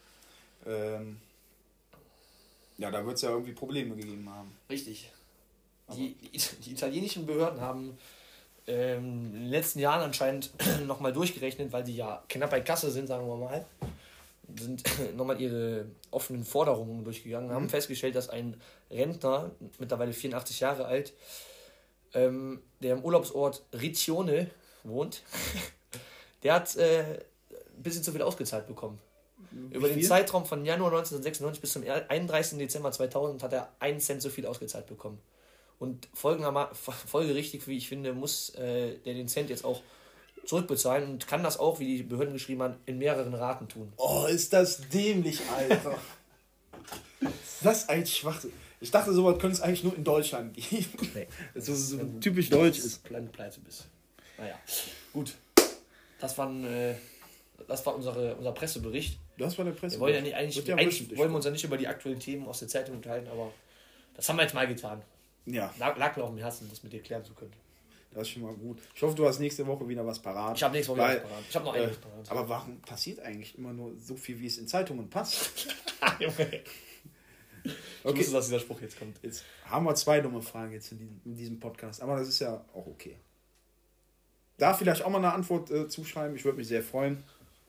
A: Ja, da wird es ja irgendwie Probleme gegeben haben.
B: Richtig. Die italienischen Behörden haben in den letzten Jahren anscheinend nochmal durchgerechnet, weil sie ja knapp bei Kasse sind, sagen wir mal, sind nochmal ihre offenen Forderungen durchgegangen, haben festgestellt, dass ein Rentner, mittlerweile 84 Jahre alt, der im Urlaubsort Riccione wohnt, der hat ein bisschen zu viel ausgezahlt bekommen. Über den Zeitraum von Januar 1996 bis zum 31. Dezember 2000 hat er 1 Cent so viel ausgezahlt bekommen. Und folgerichtig, wie ich finde, muss der den Cent jetzt auch zurückbezahlen und kann das auch, wie die Behörden geschrieben haben, in mehreren Raten tun.
A: Oh, ist das dämlich, Alter. Das ist ein Schwachsinn. Ich dachte, sowas könnte es eigentlich nur in Deutschland geben. Nee. Das ist so typisch deutsch ist.
B: Pleite bist. Naja, gut. Das war unser Pressebericht.
A: Das war der Pressebericht.
B: Wir wollen ja nicht, eigentlich wollen wir uns ja nicht über die aktuellen Themen aus der Zeitung unterhalten, aber das haben wir jetzt mal getan.
A: Ja.
B: Lag mir auf dem Herzen, das mit dir klären zu können.
A: Das ist schon mal gut. Ich hoffe, du hast nächste Woche wieder was parat.
B: Ich habe nächste Woche wieder was parat. Ich habe noch einiges parat.
A: Aber warum passiert eigentlich immer nur so viel, wie es in Zeitungen passt?
B: Junge. Ich wusste, dass dieser Spruch jetzt kommt.
A: Jetzt haben wir 2 dumme Fragen jetzt in diesem Podcast, aber das ist ja auch okay. Da vielleicht auch mal eine Antwort zuschreiben, ich würde mich sehr freuen.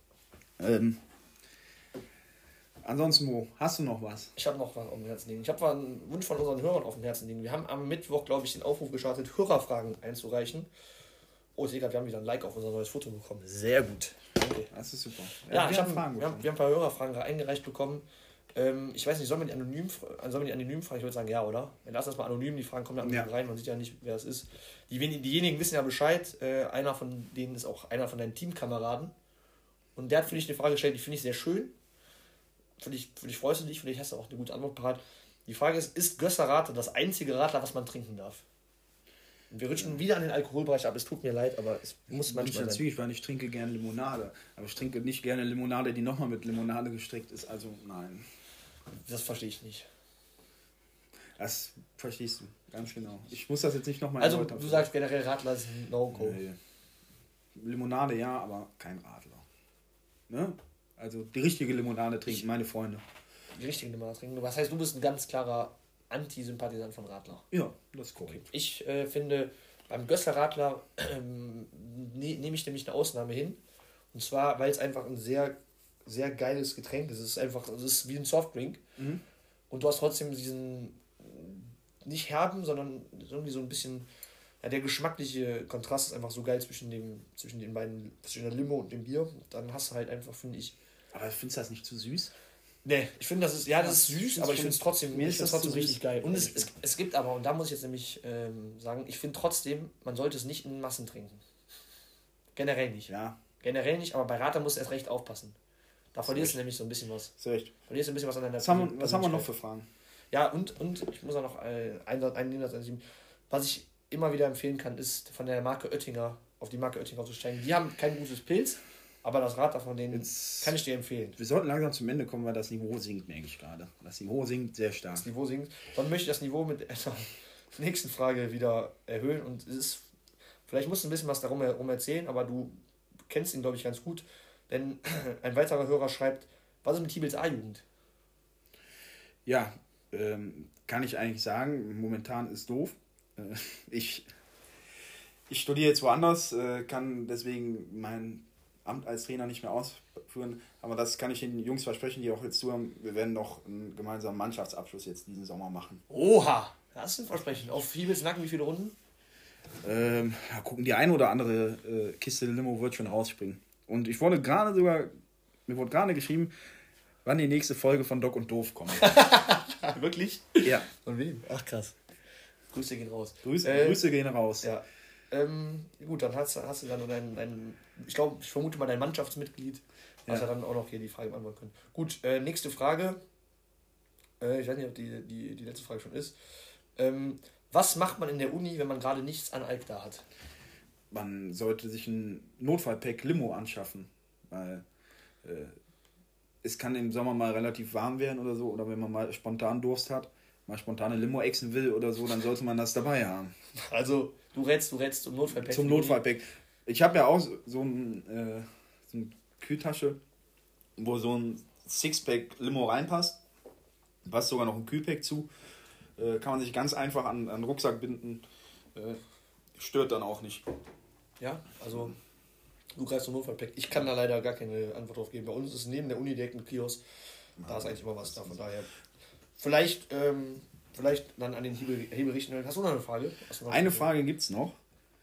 A: Ansonsten, Mo, hast du noch was?
B: Ich habe noch was auf dem Herzen liegen. Ich habe einen Wunsch von unseren Hörern auf dem Herzen liegen. Wir haben am Mittwoch, glaube ich, den Aufruf gestartet, Hörerfragen einzureichen. Oh, ich sehe gerade, wir haben wieder ein Like auf unser neues Foto bekommen. Sehr gut. Danke.
A: Das ist super.
B: Ja, wir haben ein paar Hörerfragen eingereicht bekommen. Ich weiß nicht, sollen wir die anonym fragen? Ich würde sagen, ja, oder? Wir lassen das mal anonym, die Fragen kommen da rein, man sieht ja nicht, wer es ist. Diejenigen wissen ja Bescheid, einer von denen ist auch einer von deinen Teamkameraden. Und der hat für dich eine Frage gestellt, die finde ich sehr schön. Für dich freust du dich, vielleicht hast du auch eine gute Antwort parat. Die Frage ist Gösser Radler das einzige Radler, was man trinken darf? Und wir rutschen wieder an den Alkoholbereich ab, es tut mir leid, aber es muss manchmal sein.
A: Weil ich trinke gerne Limonade, aber ich trinke nicht gerne Limonade, die nochmal mit Limonade gestrickt ist, also nein.
B: Das verstehe ich nicht.
A: Das verstehst du, ganz genau. Ich muss das jetzt nicht nochmal...
B: Also du sagst generell, Radler ist ein No-Go. Nee.
A: Limonade ja, aber kein Radler. Ne? Also die richtige Limonade trinken meine Freunde.
B: Die richtige Limonade trinken? Was heißt, du bist ein ganz klarer Antisympathisant von Radler?
A: Ja, das ist korrekt.
B: Okay. Ich finde, beim Gösser Radler nehme ich nämlich eine Ausnahme hin. Und zwar, weil es einfach ein sehr, sehr geiles Getränk ist. Es ist wie ein Softdrink. Mhm. Und du hast trotzdem diesen nicht herben, sondern irgendwie so ein bisschen... Ja, der geschmackliche Kontrast ist einfach so geil zwischen den beiden, zwischen der Limo und dem Bier. Dann hast du halt einfach, finde ich...
A: Aber findest du das nicht zu süß?
B: Nee, ich finde, das ist süß, aber ich finde es trotzdem richtig geil. Und es gibt aber, und da muss ich jetzt nämlich sagen, ich finde trotzdem, man sollte es nicht in Massen trinken. Generell nicht. Ja. Generell nicht, aber bei Radler musst du erst recht aufpassen. Da verlierst du nämlich so ein bisschen was.
A: Recht.
B: Verlierst du ein bisschen was an deiner...
A: Was haben wir noch für Fragen?
B: Ja, und ich muss auch noch einen Hinweis anziehen. Was ich immer wieder empfehlen kann, ist von der Marke Oettinger auf die Marke Oettinger aufzusteigen. Die haben kein gutes Pilz, aber das Radler von denen kann ich dir empfehlen.
A: Wir sollten langsam zum Ende kommen, weil das Niveau sinkt, merke ich gerade. Das Niveau sinkt sehr stark.
B: Das Niveau sinkt. Dann möchte ich das Niveau mit der nächsten Frage wieder erhöhen. Und es ist, vielleicht musst du ein bisschen was darum erzählen, aber du kennst ihn, glaube ich, ganz gut. Denn ein weiterer Hörer schreibt, was ist mit Tibels A-Jugend?
A: Ja, kann ich eigentlich sagen, momentan ist doof. Ich studiere jetzt woanders, kann deswegen mein Amt als Trainer nicht mehr ausführen, aber das kann ich den Jungs versprechen, die auch jetzt zuhören, wir werden noch einen gemeinsamen Mannschaftsabschluss jetzt diesen Sommer machen.
B: Oha, das ist ein Versprechen. Auf Tibels Nacken wie viele Runden?
A: Gucken, die eine oder andere Kiste Limo wird schon rausspringen. Und mir wurde gerade geschrieben, wann die nächste Folge von Doc und Doof kommt.
B: Wirklich?
A: Ja.
B: Von wem? Ach krass. Grüße gehen raus.
A: Grüße gehen raus.
B: Ja. Gut, dann hast du dann ich vermute mal dein Mannschaftsmitglied, was ja dann auch noch hier die Frage beantworten können. Gut, nächste Frage. Ich weiß nicht, ob die letzte Frage schon ist. Was macht man in der Uni, wenn man gerade nichts an Alk da hat?
A: Man sollte sich ein Notfallpack Limo anschaffen, weil es kann im Sommer mal relativ warm werden oder so, oder wenn man mal spontan Durst hat, mal spontane Limo exen will oder so, dann sollte man das dabei haben.
B: Also du rätst zum Notfallpack?
A: Zum Notfallpack. Ich habe ja auch so eine Kühltasche, wo so ein Sixpack Limo reinpasst. Passt sogar noch ein Kühlpack zu. Kann man sich ganz einfach an den Rucksack binden. Stört dann auch nicht.
B: Ja, also du greifst zum Notfallpack. Ich kann da leider gar keine Antwort drauf geben. Bei uns ist neben der Uni direkt ein Kiosk. Da ist eigentlich immer was da, von daher. Vielleicht dann an den Hebel richten. Hast du noch eine Frage?
A: Eine Frage gibt es noch.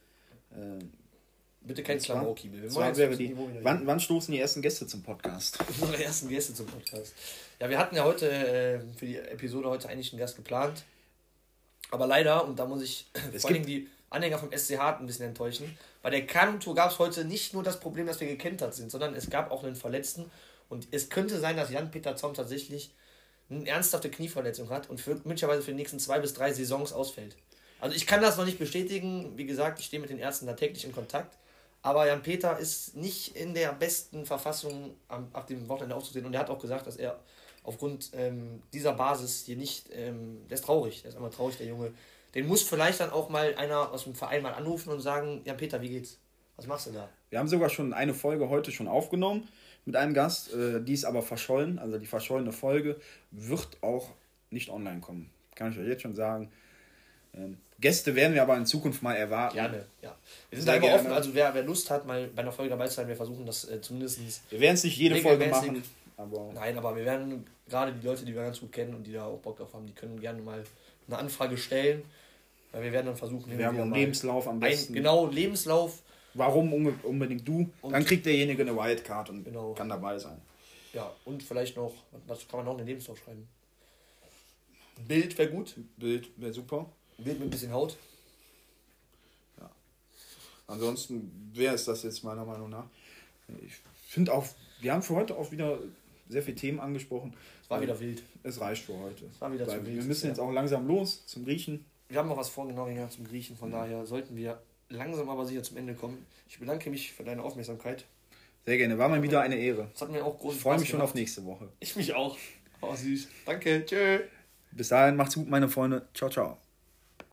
B: Bitte kein Klamauk-Hebel.
A: Wann stoßen die ersten Gäste zum Podcast?
B: Unsere ersten Gäste zum Podcast. Ja, wir hatten ja heute für die Episode heute eigentlich einen Gast geplant. Aber leider, und da muss ich vor allem die Anhänger vom SC Hart ein bisschen enttäuschen, bei der Kanutour gab es heute nicht nur das Problem, dass wir gekentert sind, sondern es gab auch einen Verletzten. Und es könnte sein, dass Jan-Peter Zom tatsächlich eine ernsthafte Knieverletzung hat und möglicherweise für die nächsten 2 bis 3 Saisons ausfällt. Also ich kann das noch nicht bestätigen. Wie gesagt, ich stehe mit den Ärzten da täglich in Kontakt. Aber Jan-Peter ist nicht in der besten Verfassung ab dem Wochenende aufzusehen. Und er hat auch gesagt, dass er aufgrund dieser Basis hier nicht, der ist traurig. Der ist einmal traurig, der Junge. Den muss vielleicht dann auch mal einer aus dem Verein mal anrufen und sagen, Jan-Peter, wie geht's? Was machst du da?
A: Wir haben sogar schon eine Folge heute schon aufgenommen mit einem Gast. Die ist aber verschollen. Also die verschollene Folge wird auch nicht online kommen. Kann ich euch jetzt schon sagen. Gäste werden wir aber in Zukunft mal erwarten.
B: Gerne, ja. Wir sind da immer offen, also wer Lust hat, mal bei einer Folge dabei zu sein, wir versuchen das zumindest...
A: Wir werden es nicht jede Folge machen.
B: Nein, aber wir werden, gerade die Leute, die wir ganz gut kennen und die da auch Bock drauf haben, die können gerne mal eine Anfrage stellen. Weil wir werden dann versuchen...
A: Wir haben einen Lebenslauf am besten.
B: Genau, Lebenslauf.
A: Warum unbedingt du? Und dann kriegt derjenige eine Wildcard und
B: genau.
A: Kann dabei sein.
B: Ja, und vielleicht noch, was kann man noch in den Lebenslauf schreiben? Bild wäre gut.
A: Bild wäre super.
B: Bild mit ein bisschen Haut.
A: Ja. Ansonsten, wer ist das jetzt meiner Meinung nach? Ich finde auch, wir haben für heute auch wieder sehr viele Themen angesprochen.
B: Es war wieder wild.
A: Es reicht für heute.
B: Es war wieder zu wild.
A: Wir müssen jetzt auch langsam los zum Griechen.
B: Wir haben noch was vorgenommen zum Griechen, von daher sollten wir langsam aber sicher zum Ende kommen. Ich bedanke mich für deine Aufmerksamkeit.
A: Sehr gerne, war mal wieder eine Ehre.
B: Das hat mir auch großen
A: Ich freue mich schon auf nächste Woche.
B: Ich mich auch. Oh, süß. Danke, tschö.
A: Bis dahin, macht's gut, meine Freunde. Ciao, ciao.